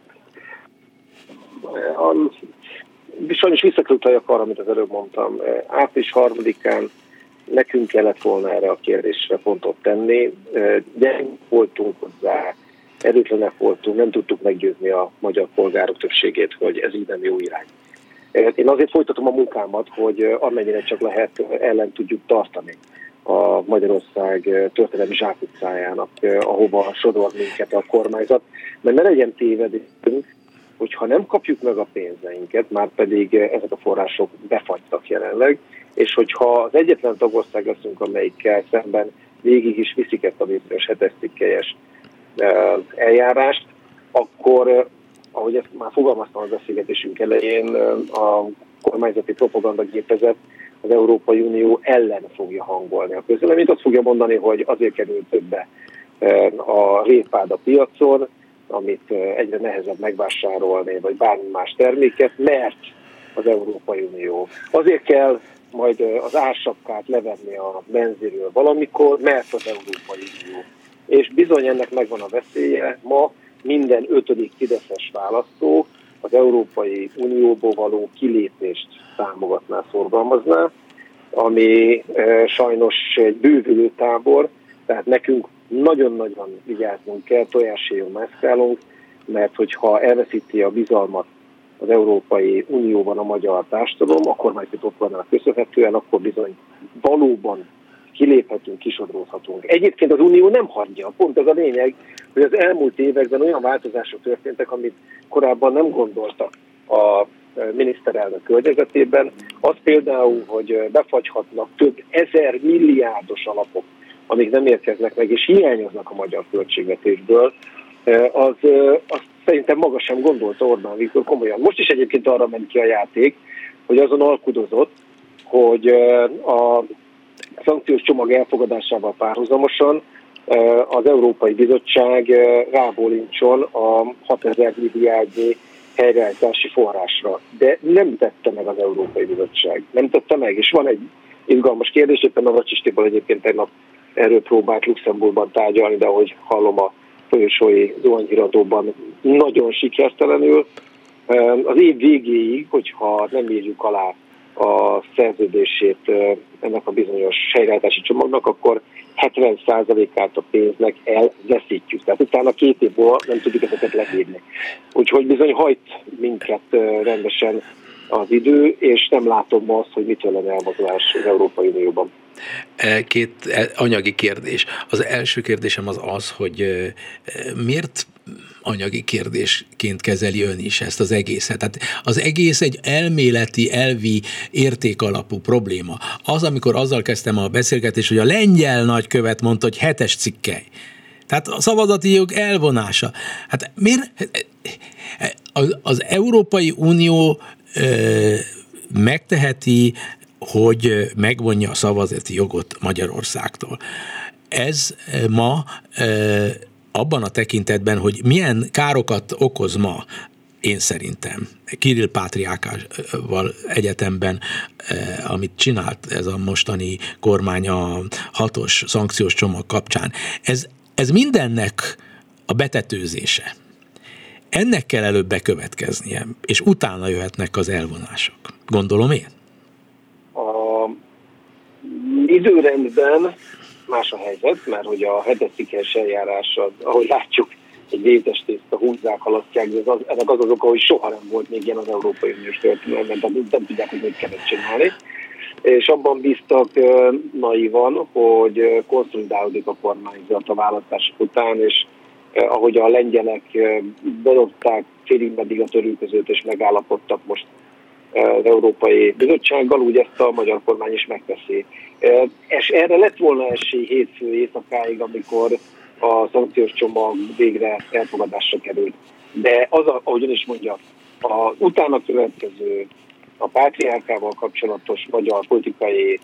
Sajnos visszakrutaljak arra, amit az előbb mondtam. április harmadikán nekünk kellett volna erre a kérdésre pontot tenni, de voltunk hozzá, erőtlenek voltunk, nem tudtuk meggyőzni a magyar polgárok többségét, hogy ez így nem jó irány. Én azért folytatom a munkámat, hogy amennyire csak lehet ellen tudjuk tartani a Magyarország történelmi zsákutcájának, ahova sodor minket a kormányzat, mert ne legyen tévedésünk, hogyha nem kapjuk meg a pénzeinket, már pedig ezek a források befagytak jelenleg, és hogyha az egyetlen tagország leszünk, amelyikkel szemben végig is viszik ezt a bizonyos hetes cikkelyes eljárást, akkor, ahogy ezt már fogalmaztam a beszélgetésünk elején, a kormányzati propagandagépezet az Európai Unió ellen fogja hangolni a közleményt. Azt fogja mondani, hogy azért került többe a répád a piacon, amit egyre nehezebb megvásárolni, vagy bármi más terméket, mert az Európai Unió. Azért kell majd az ársapkát levenni a benzinről valamikor, mert az Európai Unió. És bizony ennek megvan a veszélye. Ma minden ötödik fideszes választó az Európai Unióból való kilépést támogatná, szorgalmazná, ami e, sajnos egy bővülő tábor, tehát nekünk nagyon-nagyon vigyáznunk kell, tojásséjon mászkálunk, mert hogyha elveszíti a bizalmat az Európai Unióban a magyar társadalom, a kormányzat ott vannak köszönhetően, akkor bizony valóban kiléphetünk, kisodródhatunk. Egyébként az Unió nem hagyja. Pont az a lényeg, hogy az elmúlt években olyan változások történtek, amit korábban nem gondoltak a miniszterelnök környezetében. Az például, hogy befagyhatnak több ezer milliárdos alapok, amik nem érkeznek meg, és hiányoznak a magyar költségvetésből, az, az szerintem maga sem gondolta Orbán Viktor komolyan. Most is egyébként arra ment ki a játék, hogy azon alkudozott, hogy a szankciós csomag elfogadásával párhuzamosan az Európai Bizottság rábólincson a hatezer milliárdnyi helyreállítási forrásra. De nem tette meg az Európai Bizottság. Nem tette meg, és van egy izgalmas kérdés, éppen a Navracsik Tibor egyébként tegnap erről próbált Luxemburgban tárgyalni, de ahogy hallom a folyosói zuhanyhíradóban, nagyon sikertelenül. Az év végéig, hogyha nem írjuk alá a szerződését ennek a bizonyos helyreállítási csomagnak, akkor hetven százalékát a pénznek elveszítjük. Tehát utána két év múlva nem tudjuk ezeket lehívni. Úgyhogy bizony hajt minket rendesen az idő, és nem látom azt, hogy mitől lenne elmozulás az Európai Unióban. Két anyagi kérdés. Az első kérdésem az az, hogy miért anyagi kérdésként kezeli ön is ezt az egészet. Tehát az egész egy elméleti, elvi, értékalapú probléma. Az, amikor azzal kezdtem a beszélgetést, hogy a lengyel nagykövet mondta, hogy hetes cikkely. Tehát a szavazati jog elvonása. Hát miért? Az, az Európai Unió ö, megteheti, hogy megvonja a szavazati jogot Magyarországtól. Ez ma ö, abban a tekintetben, hogy milyen károkat okoz ma, én szerintem, Kirill Pátriárkával egyetemben, eh, amit csinált ez a mostani kormány a hatos szankciós csomag kapcsán, ez, ez mindennek a betetőzése. Ennek kell előbb bekövetkeznie, és utána jöhetnek az elvonások. Gondolom én? A időrendben más a helyzet, mert hogy a hetes cikkes eljárás, ahogy látjuk, egy vétes tészta húzzák, halasztják, de az, ennek az az oka, hogy soha nem volt még ilyen az Európai Uniós történelemben, tehát nem tudják, hogy mit kellett csinálni. És abban bíztak naivan, hogy konszolidálódik a kormányzat a választások után, és ahogy a lengyelek bedobták félig meddig a törőközőt, és megállapodtak most az Európai Bizottsággal, úgy ezt a magyar kormány is megteszi. És erre lett volna esély hétfő éjszakáig, amikor a szankciós csomag végre elfogadásra került. De az, ahogyan is mondja, az utána következő, a pátriárkával kapcsolatos magyar politikai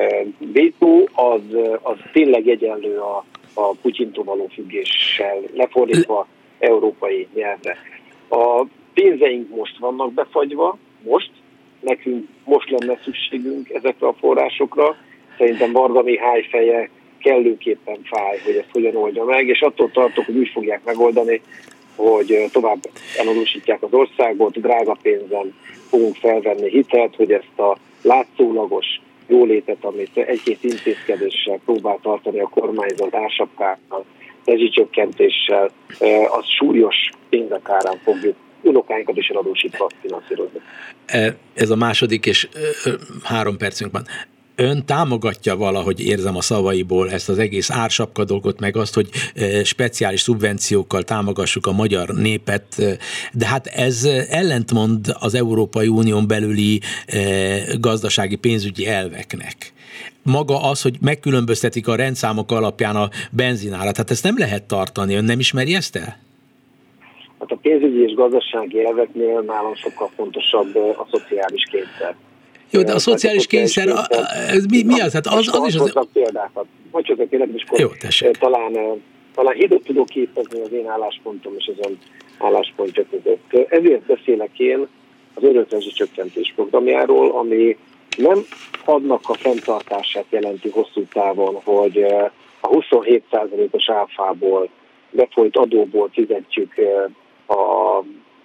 vétó, az, az tényleg egyenlő a, a Putyintól való függéssel, lefordítva európai nyelvre. A pénzeink most vannak befagyva, most, nekünk most lenne szükségünk ezekre a forrásokra. Szerintem Varga Mihály feje kellőképpen fáj, hogy ezt hogyan oldja meg, és attól tartok, hogy úgy fogják megoldani, hogy tovább eladósítják az országot, drága pénzen fogunk felvenni hitelt, hogy ezt a látszólagos jólétet, amit egy-két intézkedéssel próbál tartani a kormányzat ársapkákkal, rezsicsökkentéssel, az súlyos pénzek árán fogjuk unokáinkat is eladósítva finanszírozni. Ez a második, és három percünk van. Ön támogatja valahogy, érzem a szavaiból, ezt az egész ársapka dolgot, meg azt, hogy speciális szubvenciókkal támogassuk a magyar népet, de hát ez ellentmond az Európai Unión belüli gazdasági pénzügyi elveknek. Maga az, hogy megkülönböztetik a rendszámok alapján a benzinárat, hát ezt nem lehet tartani, ön nem ismeri ezt el? Hát a pénzügyi és gazdasági elveknél nálam sokkal fontosabb a szociális kényszer. Jó, de a szociális kényszer, ez mi, mi az? Hát az, az is az... példákat. Vagy csak egy példát, és Jó, talán, talán hídot tudok képezni az én álláspontom és az ön álláspontja között. Ezért beszélek én az örökrezsi csökkentés programjáról, ami nem adnak a fenntartását jelenti hosszú távon, hogy a huszonhét százalékos áfából befolyt adóból fizetjük a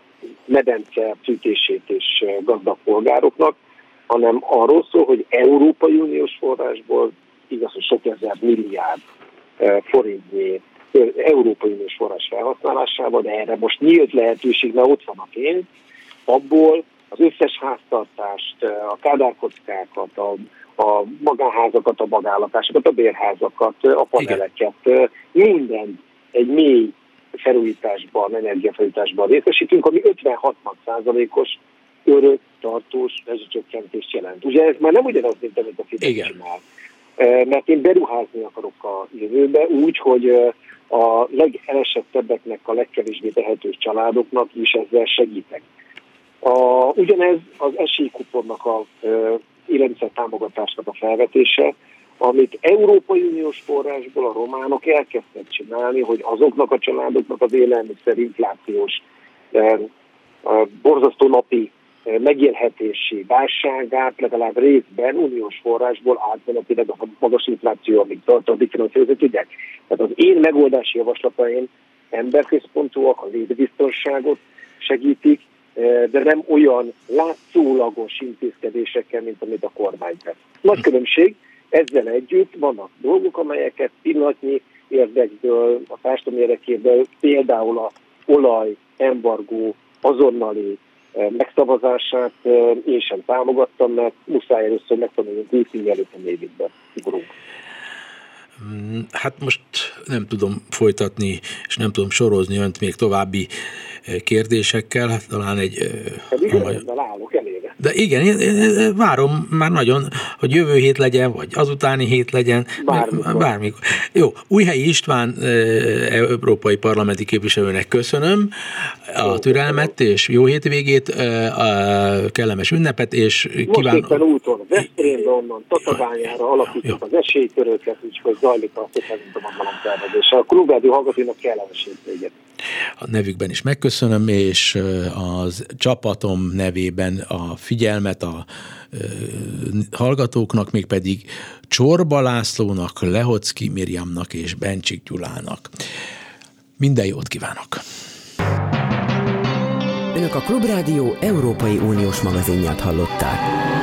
medence fűtését és gazdag polgároknak, hanem arról szól, hogy Európai Uniós forrásból, igaz, hogy sok ezer milliárd forintnyi Európai Uniós forrás felhasználásával, de erre most nyílt lehetőség, mert ott van a pénz, abból az összes háztartást, a kádárkockákat, a, a magánházakat, a magállatásokat, a bérházakat, a paneleket, igen, minden egy mély felújításban, energiafelújításban részesítünk, ami ötven-hatvan százalékos örök, tartós rezsicsökkentést jelent. Ugye ez már nem ugyanaz, mint amit a Fidesz csinál. Mert én beruházni akarok a jövőbe úgy, hogy a legelesettebbeknek, a legkevésbé tehetős családoknak is ezzel segítek. A, ugyanez az esélykuponnak a élelmiszer támogatásnak a felvetése, amit Európai Uniós forrásból a románok elkezdtek csinálni, hogy azoknak a családoknak az élelmiszer inflációs borzasztó napi megélhetési válságát legalább részben uniós forrásból átmenetileg a magas infláció, amíg tart, addig finanszírozni tudják. Tehát az én megoldási javaslataim emberközpontúak, a létbiztonságot segítik, de nem olyan látszólagos intézkedésekkel, mint amit a kormány tesz. Nagy különbség, ezzel együtt vannak dolgok, amelyeket pillanatnyi érdekből, a társadalmi érdekéből, például a olaj, embargó, azonnali megszavazását én sem támogattam, mert muszáj először megtanuljunk újra, mielőtt a névükbe ugrunk. Hát most nem tudom folytatni, és nem tudom sorozni önt még további kérdésekkel, hát talán egy... Pedig rendben állok elébe. De igen, én, én várom már nagyon, hogy jövő hét legyen, vagy azutáni hét legyen. Bármikor. Bármikor. Jó, Újhelyi István európai parlamenti képviselőnek köszönöm a türelmet, és jó hétvégét, a kellemes ünnepet, és kívánom... Most éppen úton, Veszprémbe onnan, Tatabányára alakítjuk az esélytörőket, úgyhogy zajlik a köszönöm tervezés. A Klubrádió hallgatóinak kellemes hétvéget. A nevükben is megköszönöm, és az csapatom nevében a figyelmet a hallgatóknak, mégpedig Csorba Lászlónak, Lehocki Mirjamnak és Bencsik Gyulának. Minden jót kívánok! Önök a Klubrádió Európai Uniós magazinját hallották.